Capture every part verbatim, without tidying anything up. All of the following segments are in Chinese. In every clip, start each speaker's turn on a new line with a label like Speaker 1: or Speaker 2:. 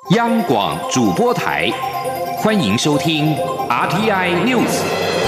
Speaker 1: 央广主播台，欢迎收听 R T I News。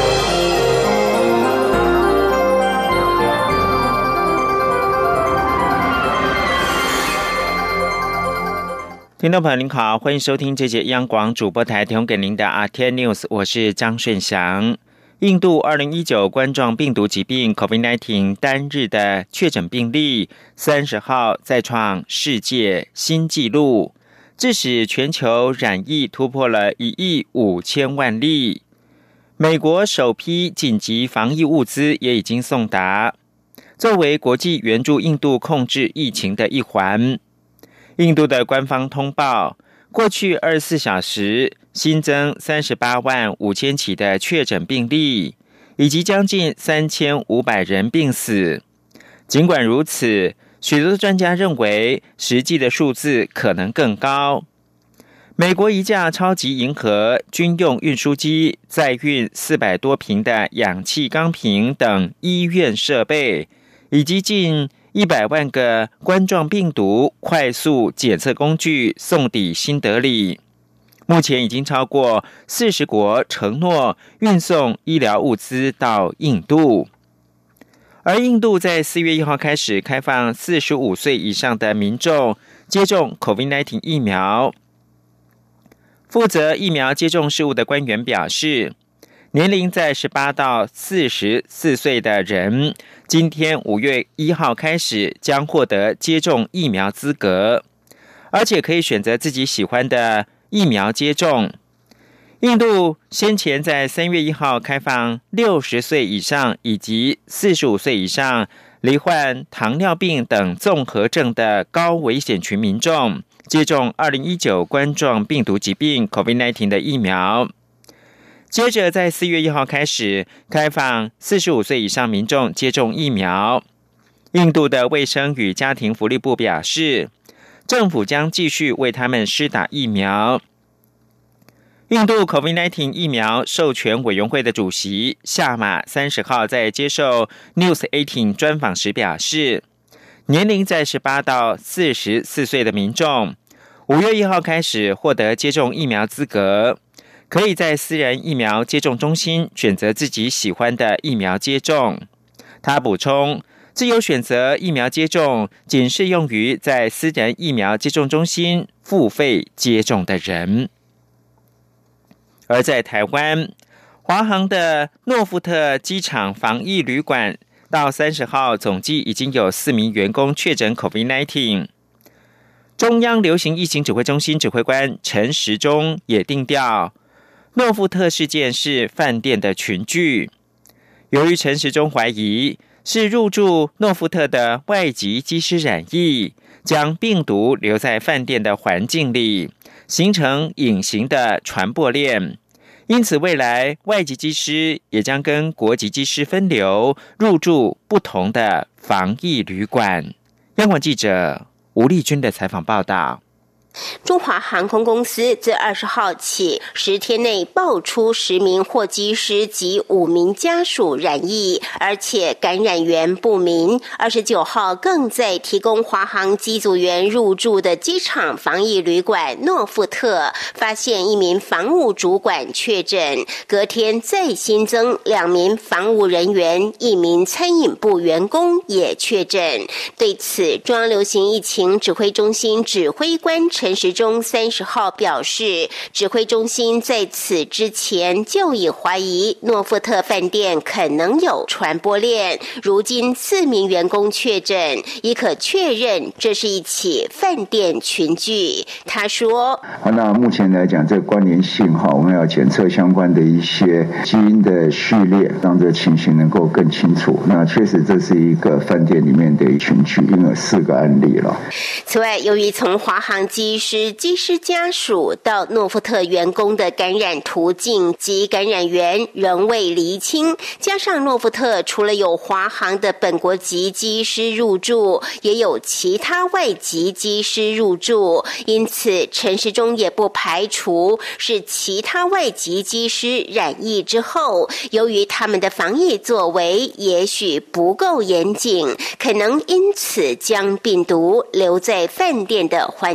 Speaker 2: 听众朋友您好，欢迎收听这节央广主播台提供给您的 R T I News， 我是张顺祥。印度二零一九冠状病毒疾病 COVID 十九 单日的确诊病例三十号再创世界新纪录，致使全球染疫突破了一亿五千万例。美国首批紧急防疫物资也已经送达，作为国际援助印度控制疫情的一环。印度的官方通报，过去二十四小时新增三十八万五千起的确诊病例，以及将近三千五百人病死。尽管如此，许多专家认为实际的数字可能更高。美国一架超级银河军用运输机载运四百多瓶的氧气钢瓶等医院设备，以及近一百万个冠状病毒快速检测工具送抵新德里。目前已经超过四十国承诺运送医疗物资到印度。而印度在四月一号开始开放四十五岁以上的民众接种 COVID 十九 疫苗。负责疫苗接种事务的官员表示，年龄在十八到四十四岁的人，今天五月一号开始将获得接种疫苗资格，而且可以选择自己喜欢的疫苗接种。印度先前在三月一号开放六十岁以上以及四十五岁以上罹患糖尿病等综合症的高危险群民众接种二零一九冠状病毒疾病 COVID 十九 的疫苗。接着在四月一号开始开放四十五岁以上民众接种疫苗。印度的卫生与家庭福利部表示，政府将继续为他们施打疫苗。印度 COVID 十九 疫苗授权委员会的主席夏马三十号在接受 News 十八 专访时表示，年龄在十八到四十四岁的民众五月一号开始获得接种疫苗资格，可以在私人疫苗接种中心选择自己喜欢的疫苗接种。他补充，自由选择疫苗接种仅适用于在私人疫苗接种中心付费接种的人。而在台湾，华航的诺富特机场防疫旅馆到三十号总计已经有四名员工确诊 COVID 十九。中央流行疫情指挥中心指挥官陈时中也定调，诺富特事件是饭店的群聚。由于陈时中怀疑是入住诺富特的外籍机师染疫，将病毒留在饭店的环境里，形成隐形的传播链。因此未来外籍机师也将跟国籍机师分流，入住不同的防疫旅馆。央广记者吴丽君的采访报道。
Speaker 3: 中华航空公司自二十号起十天内爆出十名货机师及五名家属染疫，而且感染源不明。二十九号更在提供华航机组员入住的机场防疫旅馆诺富特发现一名房务主管确诊，隔天再新增两名房务人员，一名餐饮部员工也确诊。对此，中央流行疫情指挥中心指挥官陈时中三十号表示，指挥中心在此之前就已怀疑诺富特饭店可能有传播链，如今四名员工确诊，已可确认这是一起饭店群聚。他说，
Speaker 4: 那目前来讲，这个关联性哈，我们要检测相关的一些基因的序列，让这情形能够更清楚。那确实这是一个饭店里面的群聚，因为有四个案例了。
Speaker 3: 此外，由于从华航机师、机师家属到诺富特员工的感染途径及感染源仍未厘清，加上诺富特除了有华航的本国籍机师入住，也有其他外籍机师入住，因此陈时中也不排除是其他外籍机师染疫之后，由于他们的防疫作为也许不够严谨，可能因此将病毒留在饭店的环境中。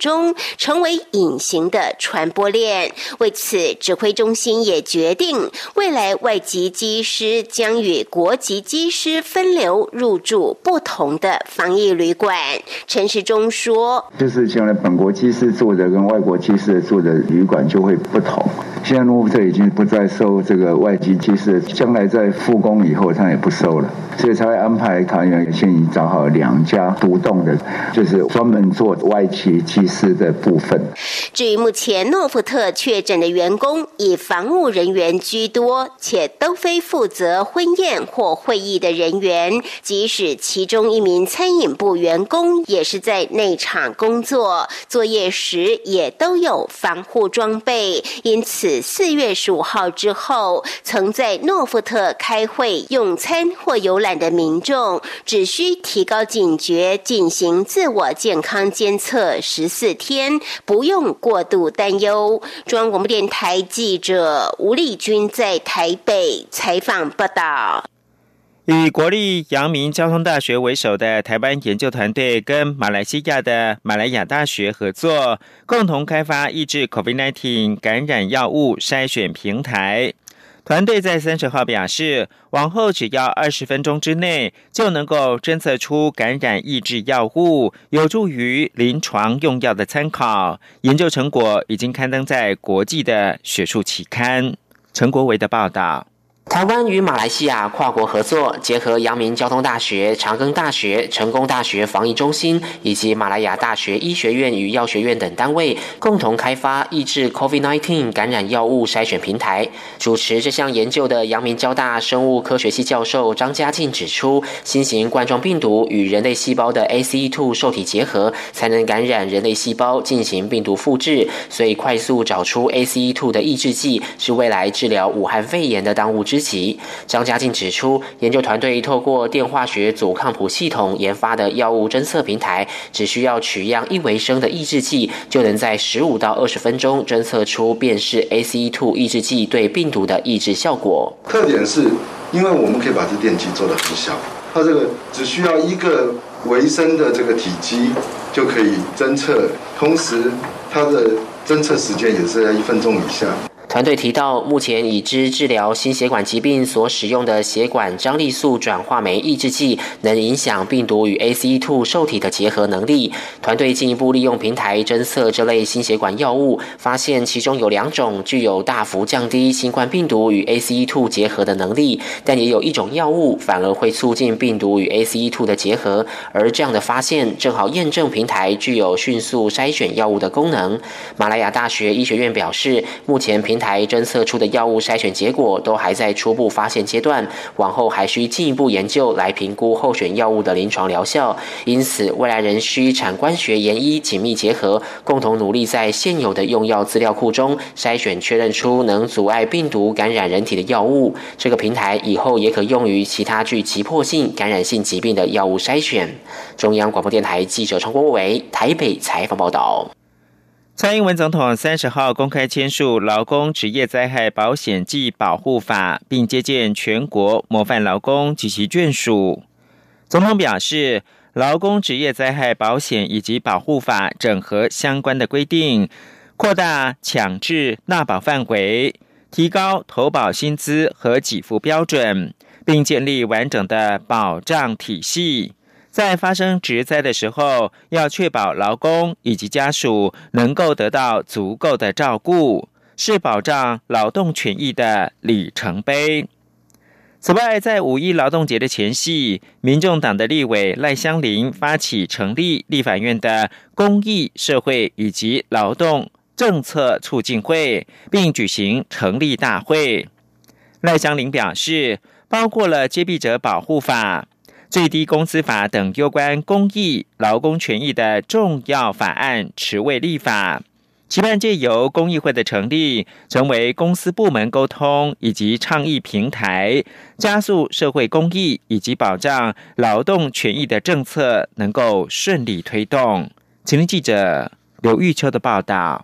Speaker 3: 中，成为隐形的传播链。为此，指挥中心也决定，未来外籍机师将与国籍机师分流入住不同的防疫旅馆。陈时中说，
Speaker 4: 就是将来本国机师住的跟外国机师住的旅馆就会不同。现在诺富特已经不再收这个外籍机师，将来在复工以后他也不收了，所以才会安排桃园现已经找好两家独栋的，就是专门做外籍机师的部分。
Speaker 3: 至于目前诺富特确诊的员工以防务人员居多，且都非负责婚宴或会议的人员，即使其中一名餐饮部员工也是在内场工作，作业时也都有防护装备。因此四月十五号之后，曾在诺富特开会、用餐或游览的民众，只需提高警觉，进行自我健康监测十四天，不用过度担忧。中央广播电台记者吴丽君在台北采访报道。
Speaker 2: 以国立阳明交通大学为首的台湾研究团队跟马来西亚的马来亚大学合作，共同开发抑制 COVID 十九 感染药物筛选平台。团队在三十号表示，往后只要二十分钟之内就能够侦测出感染抑制药物，有助于临床用药的参考。研究成果已经刊登在国际的学术期刊。陈国维的报道。
Speaker 5: 台湾与马来西亚跨国合作，结合阳明交通大学、长庚大学、成功大学防疫中心以及马来亚大学医学院与药学院等单位，共同开发抑制 COVID 十九 感染药物筛选平台。主持这项研究的阳明交大生物科学系教授张家进指出，新型冠状病毒与人类细胞的 A C E 二 受体结合，才能感染人类细胞进行病毒复制，所以快速找出 A C E 二 的抑制剂是未来治疗武汉肺炎的当务之急。张家进指出，研究团队透过电化学阻抗谱系统研发的药物侦测平台，只需要取样一微升的抑制剂，就能在十五到二十分钟侦测出辨识 A C E 二 抑制剂对病毒的抑制效果。
Speaker 6: 特点是，因为我们可以把这电机做得很小，它这个只需要一个微升的这个体积就可以侦测，同时它的侦测时间也是在一分钟以下。
Speaker 5: 团队提到，目前已知治疗心血管疾病所使用的血管张力素转化酶抑制剂，能影响病毒与 A C E 二 受体的结合能力。团队进一步利用平台侦测这类心血管药物，发现其中有两种具有大幅降低新冠病毒与 A C E 二 结合的能力，但也有一种药物反而会促进病毒与 A C E 二 的结合。而这样的发现正好验证平台具有迅速筛选药物的功能。马来亚大学医学院表示，目前平台台侦测出的药物筛选结果都还在初步发现阶段，往后还需进一步研究来评估候选药物的临床疗效。因此，未来仍需产官学研医紧密结合，共同努力在现有的用药资料库中筛选确认出能阻碍病毒感染人体的药物。这个平台以后也可用于其他具急迫性感染性疾病的药物筛选。中央广播电台记者陈国维台北采访报道。
Speaker 2: 蔡英文总统三十号公开签署劳工职业灾害保险暨保护法，并接见全国模范劳工及其眷属。总统表示，劳工职业灾害保险以及保护法整合相关的规定，扩大强制纳保范围，提高投保薪资和给付标准，并建立完整的保障体系。在发生职灾的时候，要确保劳工以及家属能够得到足够的照顾，是保障劳动权益的里程碑。此外，在五一劳动节的前夕，民众党的立委赖香伶发起成立立法院的公益社会以及劳动政策促进会，并举行成立大会。赖香伶表示，包括了接弊者保护法、最低工资法等有关公益劳工权益的重要法案迟未立法，期盼借由公益会的成立，成为公司部门沟通以及倡议平台，加速社会公益以及保障劳动权益的政策能够顺利推动。请听记者刘玉秋的报道。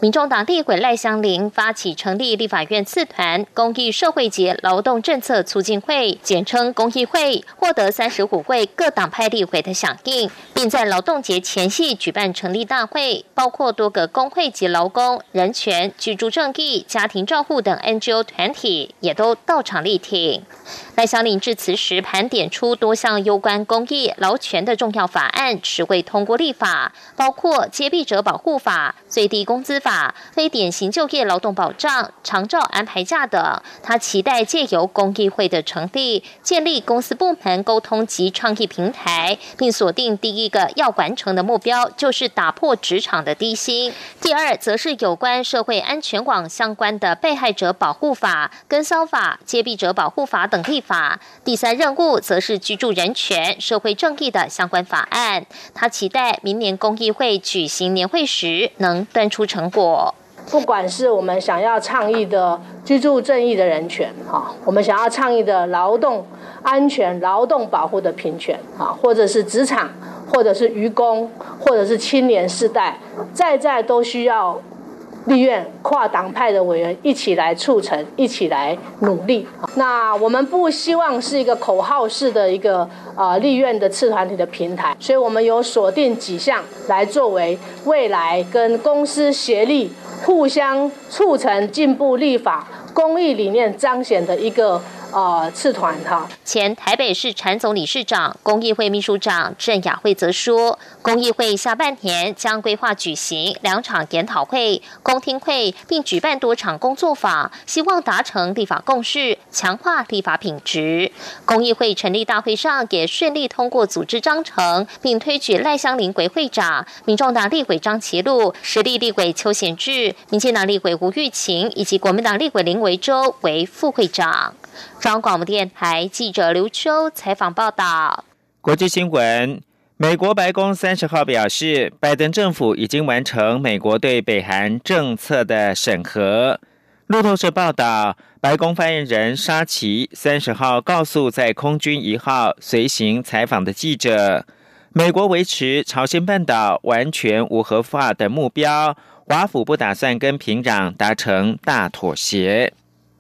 Speaker 7: 民众党立委赖香伶发起成立立法院次团公益社会节劳动政策促进会，简称公益会，获得三十五位各党派立委的响应，并在劳动节前夕举办成立大会，包括多个工会及劳工、人权、居住正义、家庭照护等 N G O 团体也都到场力挺。赖香伶致辞时盘点出多项有关公益劳权的重要法案迟未通过立法，包括接弊者保护法、最低工资法、非典型就业劳动保障、长照安排假等。他期待借由公益会的成立，建立公司部门沟通及倡议平台，并锁定第一个要完成的目标就是打破职场的低薪。第二，则是有关社会安全网相关的被害者保护法、跟骚法、接弊者保护法等立法。第三任务则是居住人权、社会正义的相关法案。他期待明年公益会举行年会时能端出成果。
Speaker 8: 不管是我们想要倡议的居住正义的人权，我们想要倡议的劳动安全、劳动保护的平权，或者是职场，或者是渔工，或者是青年世代，在在都需要立院跨党派的委员一起来促成，一起来努力。那我们不希望是一个口号式的一个呃立院的次团体的平台，所以我们有锁定几项来作为未来跟公司协力、互相促成进步立法、公益理念彰显的一个呃次团哈。
Speaker 7: 前台北市产总理事长、公益会秘书长郑雅慧则说，公益会下半年将规划举行两场研讨会、公听会，并举办多场工作坊，希望达成立法共识，强化立法品质。公益会成立大会上也顺利通过组织章程，并推举赖香伶为会长，民众党立委张其禄、时力立委邱显智、民进党立委吴玉琴以及国民党立委林维洲为副会长。中央广播电台记者刘秋采访报道。
Speaker 2: 国际新闻，美国白宫三十号表示，拜登政府已经完成美国对北韩政策的审核。路透社报道，白宫发言人沙奇三十号告诉在空军一号随行采访的记者，美国维持朝鲜半岛完全无核化的目标，华府不打算跟平壤达成大妥协。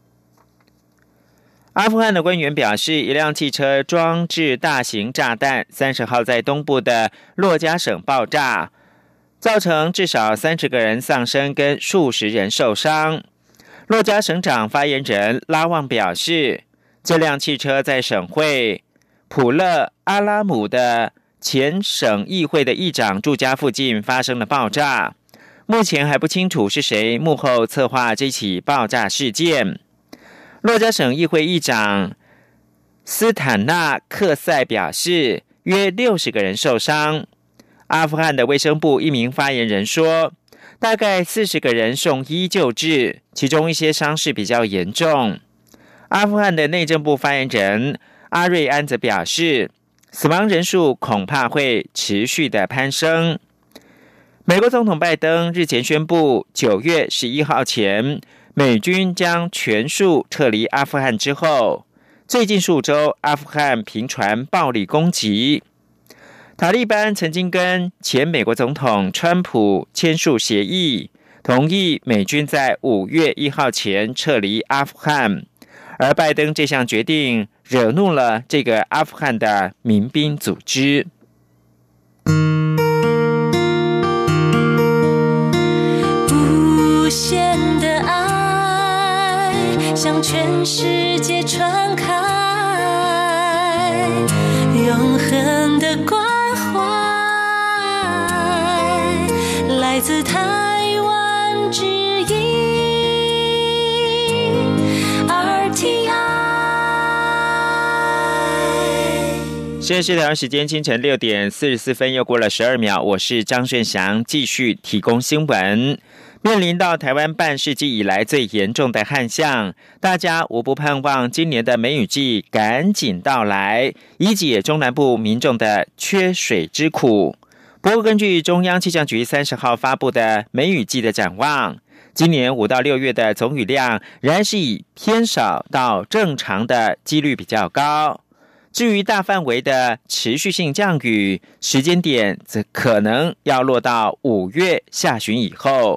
Speaker 2: 阿富汗的官员表示，一辆汽车装置大型炸弹，三十号在东部的洛加省爆炸，造成至少三十个人丧生，跟数十人受伤。洛加省长发言人拉旺表示，这辆汽车在省会普勒阿拉姆的前省议会的议长住家附近发生了爆炸，目前还不清楚是谁幕后策划这起爆炸事件。洛加省议会议长斯坦纳克塞表示，约六十个人受伤。阿富汗的卫生部一名发言人说，大概四十个人送医救治，其中一些伤势比较严重。阿富汗的内政部发言人阿瑞安则表示，死亡人数恐怕会持续的攀升。美国总统拜登日前宣布，九月十一号前美军将全数撤离阿富汗之后，最近数周阿富汗频传暴力攻击。塔利班曾经跟前美国总统川普签署协议，同意美军在五月一号前撤离阿富汗，而拜登这项决定惹怒了这个阿富汗的民兵组织。
Speaker 9: 无限的爱向全世界传开，永恒的关怀来自台湾之音 R T I。
Speaker 2: 现在是台湾时间清晨六点四十四分，又过了十二秒，我是张顺祥，继续提供新闻。面临到台湾半世纪以来最严重的旱象，大家无不盼望今年的梅雨季赶紧到来，以解中南部民众的缺水之苦。不过，根据中央气象局三十号发布的梅雨季的展望，今年五到六月的总雨量仍然是以偏少到正常的几率比较高。至于大范围的持续性降雨，时间点则可能要落到五月下旬以后。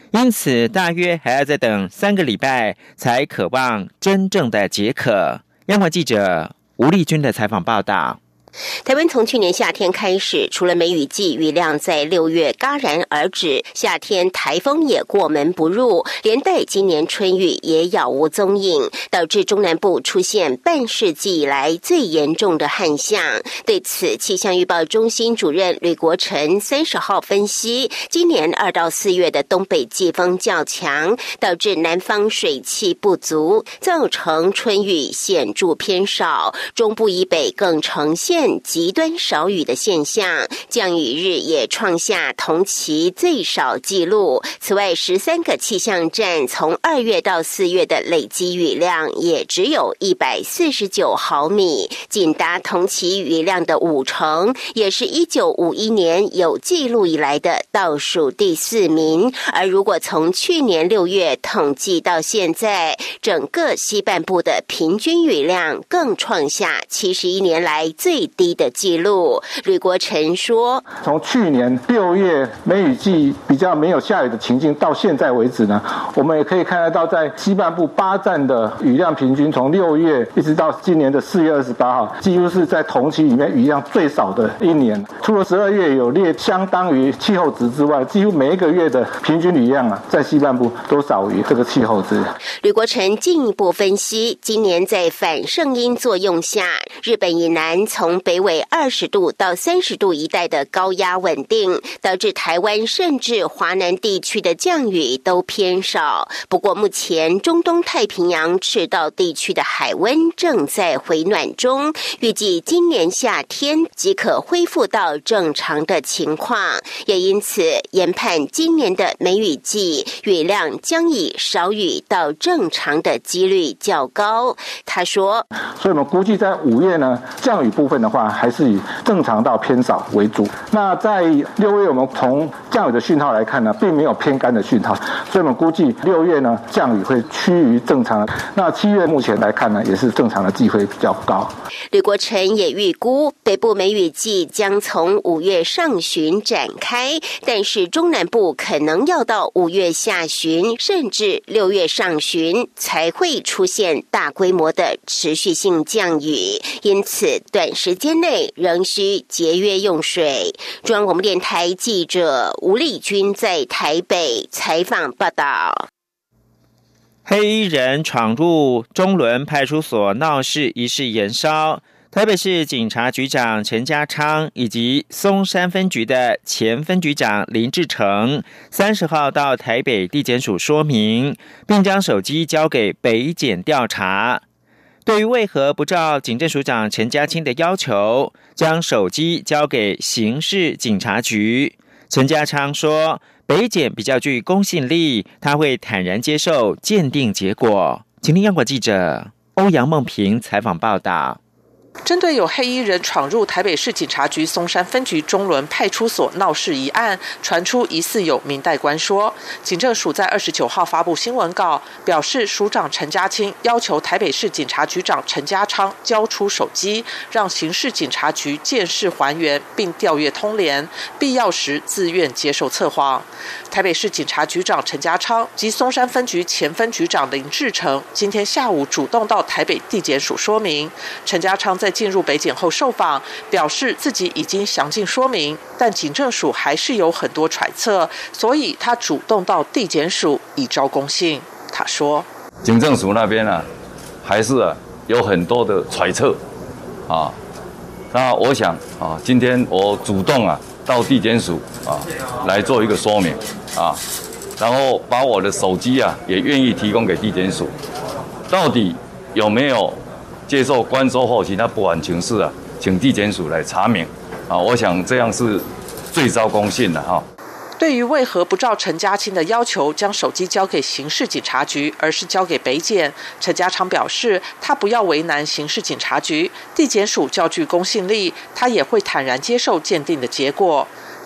Speaker 2: 因此大约还要再等三个礼拜，才可望真正的解渴。央广记者吴丽君的采访报道。
Speaker 3: 台湾从去年夏天开始，除了梅雨季雨量在六月戛然而止，夏天台风也过门不入，连带今年春雨也杳无踪影，导致中南部出现半世纪以来最严重的旱象。对此，气象预报中心主任吕国成三十号分析，今年二到四月的东北季风较强，导致南方水汽不足，造成春雨显著偏少，中部以北更呈现极端少雨的现象，降雨日也创下同期最少纪录。此外，十三个气象站从二月到四月的累积雨量也只有一百四十九毫米，仅达同期雨量的五成，也是一九五一年有记录以来的倒数第四名。而如果从去年六月统计到现在，整个西半部的平均雨量更创下七十一年来最低的记录。吕国成说，
Speaker 10: 从去年六月梅雨季比较没有下雨的情境到现在为止呢，我们也可以看得到，在西半部八站的雨量平均从六月一直到今年的四月二十八号，几乎是在同期里面雨量最少的一年。除了十二月有列相当于气候值之外，几乎每一个月的平均雨量啊，在西半部都少于这个气候值。
Speaker 3: 吕国成进一步分析，今年在反圣婴作用下，日本以南从北纬二十度到三十度一带的高压稳定，导致台湾甚至华南地区的降雨都偏少。不过目前中东太平洋赤道地区的海温正在回暖中，预计今年夏天即可恢复到正常的情况，也因此研判今年的梅雨季雨量将以少雨到正常的几率较高。他说，
Speaker 10: 所以我们估计在五月呢，降雨部分的话还是以正常到偏少为主。那在六月我们从降雨的讯号来看呢，并没有偏干的讯号，所以我们估计六月呢降雨会趋于正常。那七月目前来看呢，也是正常的机会比较高。
Speaker 3: 吕国成也预估北部梅雨季将从五月上旬展开，但是中南部可能要到五月下旬甚至六月上旬才会出现大规模的持续性降雨，因此短时间内仍需节约用水。中央广播电台记者吴丽君在台北采访报道。
Speaker 2: 黑衣人闯入中仑派出所闹事一事延烧，台北市警察局长陈家昌以及松山分局的前分局长林志成三十号到台北地检署说明，并将手机交给北检调查。对于为何不照警政署长陈家清的要求，将手机交给刑事警察局，陈家昌说，北检比较具公信力，他会坦然接受鉴定结果。请听央广记者欧阳梦平采访报道。
Speaker 11: 针对有黑衣人闯入台北市警察局松山分局中仑派出所闹事一案，传出疑似有民代官说，警政署在二十九号发布新闻稿，表示署长陈家清要求台北市警察局长陈家昌交出手机，让刑事警察局见识还原，并调阅通联，必要时自愿接受测谎。台北市警察局长陈家昌及松山分局前分局长林志成今天下午主动到台北地检署说明。陈家昌在进入北检后受访，表示自己已经详尽说明，但警政署还是有很多揣测，所以他主动到地检署以招公信。他说，
Speaker 12: 警政署那边啊，还是啊有很多的揣测啊。那我想啊，今天我主动啊到地检署啊来做一个说明啊，然后把我的手机啊也愿意提供给地检署，到底有没有接受关收后其他不安情事啊，请地检署来查明啊，我想这样是最招公信的哈。
Speaker 11: 对于为何不照陈家清的要求将手机交给刑事警察局，而是交给北检，陈家昌表示，他不要为难刑事警察局，地检署较具公信力，他也会坦然接受鉴定的结果。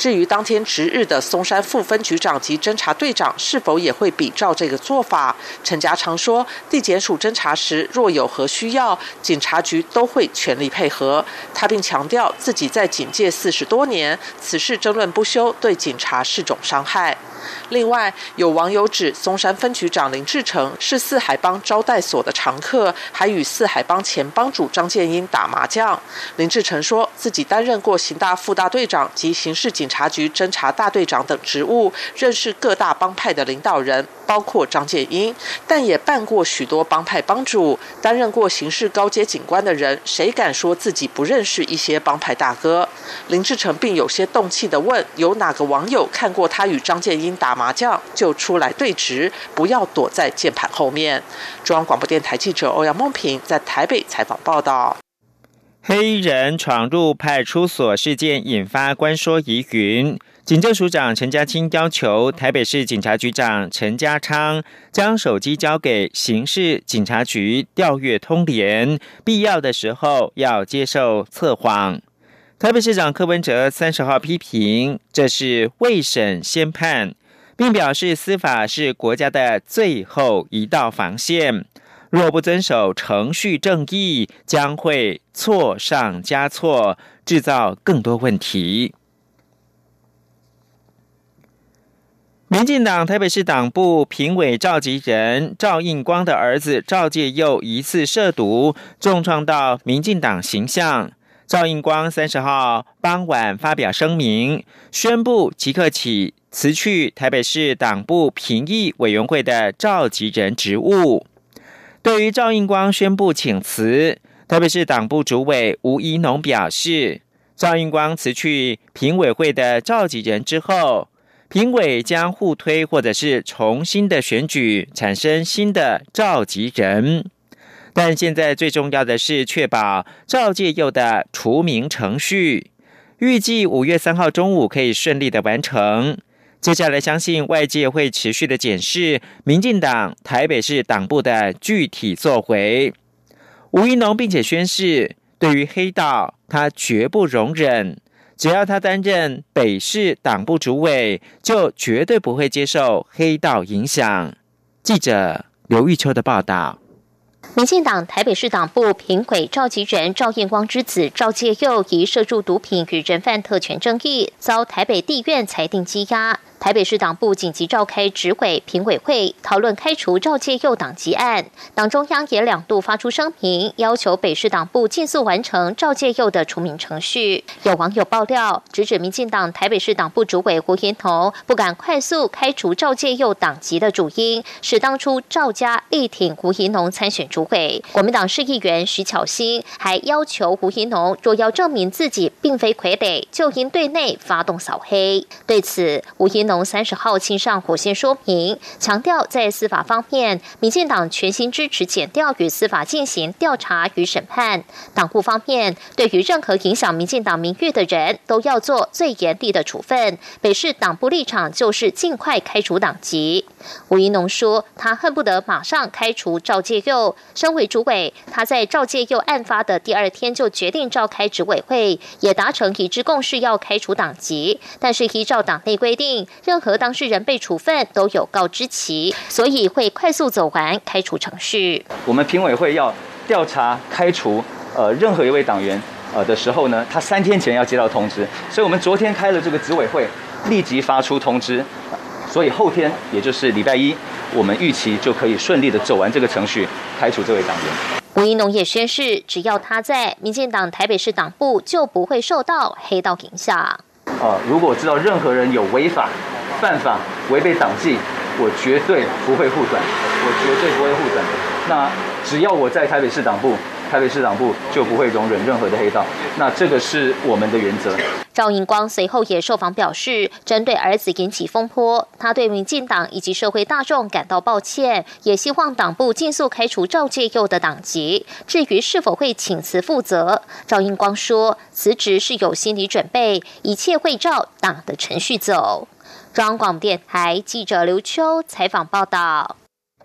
Speaker 11: 至于当天值日的松山副分局长及侦查队长是否也会比照这个做法，陈家常说，地检署侦查时若有何需要，警察局都会全力配合。他并强调自己在警界四十多年，此事争论不休，对警察是种伤害。另外，有网友指松山分局长林志成是四海帮招待所的常客，还与四海帮前帮主张建英打麻将。林志成说自己担任过刑大副大队长及刑事警察局侦查大队长等职务，认识各大帮派的领导人，包括张建英，但也办过许多帮派帮主，担任过刑事高阶警官的人，谁敢说自己不认识一些帮派大哥？林志成并有些动气地问，有哪个网友看过他与张建英打麻将，就出来对质，不要躲在键盘后面。中央广播电台记者欧阳梦平在台北采访报道。
Speaker 2: 黑衣人闯入派出所事件引发官说疑云，警政署长陈家清要求台北市警察局长陈家昌将手机交给刑事警察局调阅通联，必要的时候要接受测谎。台北市长柯文哲三十号批评这是未审先判，并表示司法是国家的最后一道防线，若不遵守程序正义，将会错上加错，制造更多问题。民进党台北市党部评委召集人赵应光的儿子赵介佑疑似涉毒，重创到民进党形象。赵应光三十号傍晚发表声明，宣布即刻起辞去台北市党部评议委员会的召集人职务。对于赵应光宣布请辞，台北市党部主委吴怡农表示，赵应光辞去评委会的召集人之后，评委将互推或者是重新的选举，产生新的召集人。但现在最重要的是确保赵介佑的除名程序，预计五月三号中午可以顺利的完成。接下来相信外界会持续的检视民进党台北市党部的具体作为。吴怡农并且宣示，对于黑道他绝不容忍，只要他担任北市党部主委，就绝对不会接受黑道影响。记者刘玉秋的报道。
Speaker 7: 民进党台北市党部评委召集人赵应光之子赵介佑疑涉入毒品与人贩特权争议，遭台北地院裁定羁押。台北市党部紧急召开执委评委会，讨论开除赵介佑党籍案。党中央也两度发出声明，要求北市党部尽速完成赵介佑的除名程序。有网友爆料，直指民进党台北市党部主委胡延彤不敢快速开除赵介佑党籍的主因，是当初赵家力挺胡延彤参选主委。国民党市议员徐巧芯还要求胡延彤若要证明自己并非傀儡，就应对内发动扫黑。对此，胡延彤三十号亲上火线说明，强调在司法方面，民进党全心支持检调与司法进行调查与审判。党部方面，对于任何影响民进党名誉的人，都要做最严厉的处分。北市党部立场就是尽快开除党籍。吴怡农说，他恨不得马上开除赵介佑。身为主委，他在赵介佑案发的第二天就决定召开执委会，也达成一致共识要开除党籍。但是依照党内规定，任何当事人被处分都有告知期，所以会快速走完开除程序。
Speaker 13: 我们评委会要调查开除呃任何一位党员呃的时候呢，他三天前要接到通知，所以我们昨天开了这个执委会，立即发出通知，所以后天也就是礼拜一，我们预期就可以顺利的走完这个程序，开除这位党员。
Speaker 7: 吴怡农也宣示，只要他在民进党台北市党部，就不会受到黑道影响。
Speaker 13: 呃，如果知道任何人有违法、犯法、违背党纪，我绝对不会护短，我绝对不会护短。那只要我在台北市党部，台北市党部就不会容忍任何的黑道。那这个是我们的原则。
Speaker 7: 赵应光随后也受访表示，针对儿子引起风波，他对民进党以及社会大众感到抱歉，也希望党部尽速开除赵介佑的党籍。至于是否会请辞负责，赵应光说，辞职是有心理准备，一切会照党的程序走。中央广播电台记者刘秋采访报道。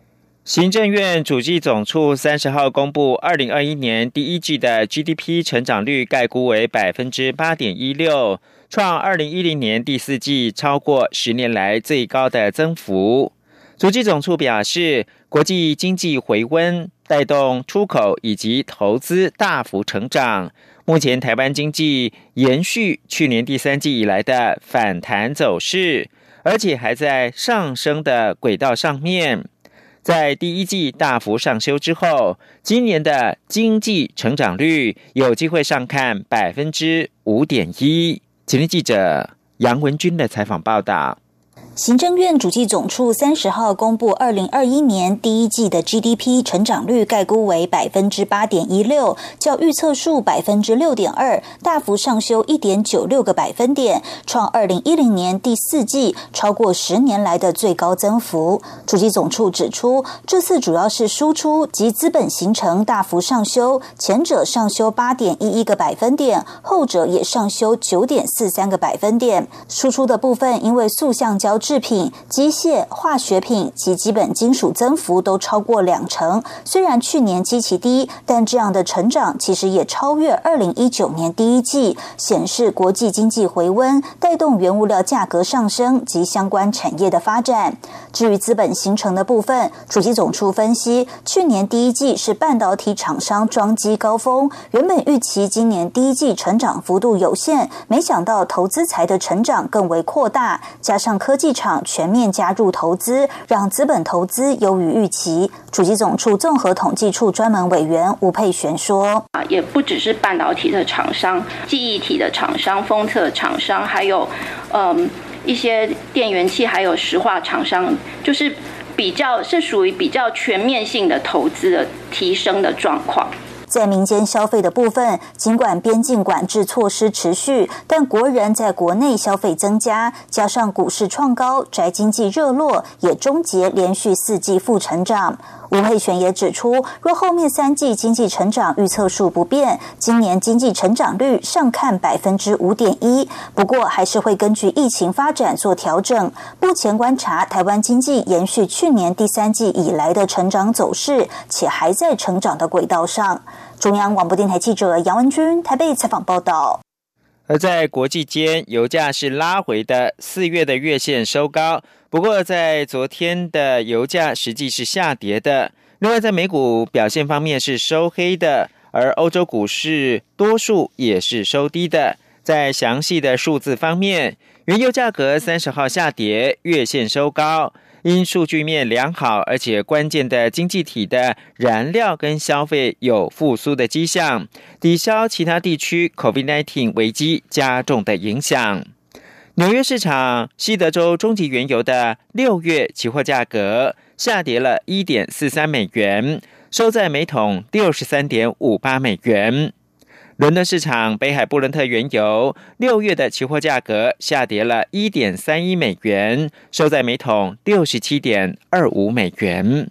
Speaker 2: 行政院主计总处三十号公布，二零二一年第一季的 G D P 成长率概估为百分之八点一六，创二零一零年第四季超过十年来最高的增幅。主计总处表示，国际经济回温带动出口以及投资大幅成长。目前台湾经济延续去年第三季以来的反弹走势，而且还在上升的轨道上面。在第一季大幅上修之后，今年的经济成长率有机会上看百分之五点一。前天记者杨文君的采访报道。
Speaker 14: 行政院主计总处三十号公布，二零二一年第一季的 G D P 成长率概估为百分之八点一六，较预测数百分之六点二大幅上修一点九六个百分点，创二零一零年第四季超过十年来的最高增幅。主计总处指出，这次主要是输出及资本形成大幅上修，前者上修八点一一个百分点，后者也上修九点四三个百分点。输出的部分因为塑橡胶制品、机械、化学品及基本金属增幅都超过两成。虽然去年基期低，但这样的成长其实也超越二零一九年第一季，显示国际经济回温带动原物料价格上升及相关产业的发展。至于资本形成的部分，主计总处分析，去年第一季是半导体厂商装机高峰，原本预期今年第一季成长幅度有限，没想到投资财的成长更为扩大，加上科技厂全面加入投资，让资本投资优于预期。主计总处综合统计处专门委员吴佩璇说，
Speaker 15: 也不只是半导体的厂商、记忆体的厂商、封测厂商，还有嗯一些电源器还有石化厂商，就是比较是属于比较全面性的投资的提升的状况。
Speaker 14: 在民间消费的部分，尽管边境管制措施持续，但国人在国内消费增加，加上股市创高，宅经济热络，也终结连续四季负成长。吴佩璇也指出，若后面三季经济成长预测数不变，今年经济成长率上看百分之五点一，不过还是会根据疫情发展做调整。目前观察，台湾经济延续去年第三季以来的成长走势，且还在成长的轨道上。中央广播电台记者杨文君台北采访报道。
Speaker 2: 而在国际间，油价是拉回的，四月的月线收高，不过在昨天的油价实际是下跌的。另外在美股表现方面是收黑的，而欧洲股市多数也是收低的。在详细的数字方面，原油价格三十号下跌，月线收高，因数据面良好，而且关键的经济体的燃料跟消费有复苏的迹象，抵消其他地区 COVID 十九 危机加重的影响。纽约市场西德州中级原油的六月期货价格下跌了 一点四三美元，收在每桶 六十三点五八美元。伦敦市场北海布伦特原油六月的期货价格下跌了 一点三一美元，收在每桶 六十七点二五美元。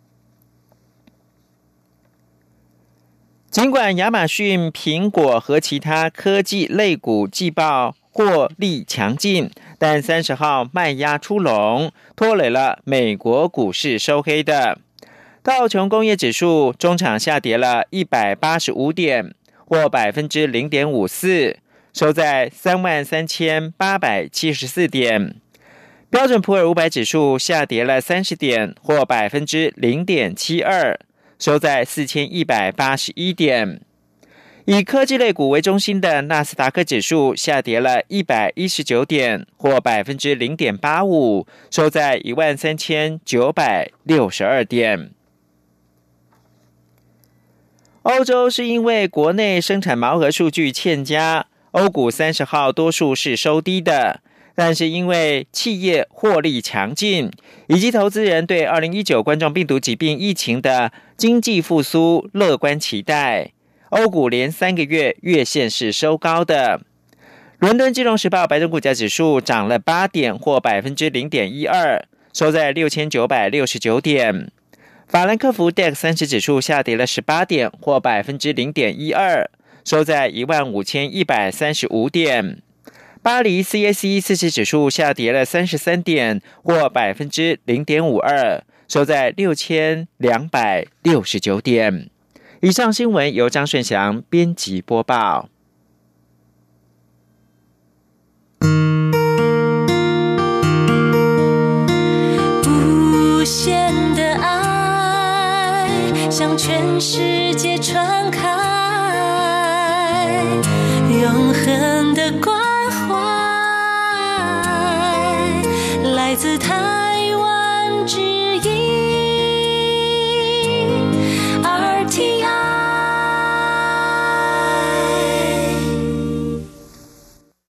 Speaker 2: 尽管亚马逊、苹果和其他科技类股季报获利强劲，但三十号卖压出笼，拖累了美国股市收黑的。道琼工业指数中场下跌了一百八十五点，或 百分之零点五四， 收在 三万三千八百七十四点。标准普尔五百指数下跌了三十点，或 百分之零点七二， 收在四千一百八十一点。以科技类股为中心的纳斯达克指数下跌了一百一十九点，或 百分之零点八五， 收在一万三千九百六十二点。欧洲是因为国内生产毛额数据欠佳，欧股三十号多数是收低的，但是因为企业获利强劲，以及投资人对二零一九冠状病毒疾病疫情的经济复苏乐观期待，欧股连三个月月线是收高的。伦敦金融时报白种股价指数涨了八点，或 百分之零点一二， 收在六千九百六十九点。法兰克福 D A X 三十 指数下跌了十八点，或 百分之零点一二， 收在一万五千一百三十五点。巴黎 C A C 四十指数下跌了三十三点，或 百分之零点五二， 收在六千两百六十九点。以上新闻由张顺祥编辑播报。
Speaker 9: 无限的爱向全世界传开，永恒的关怀来自他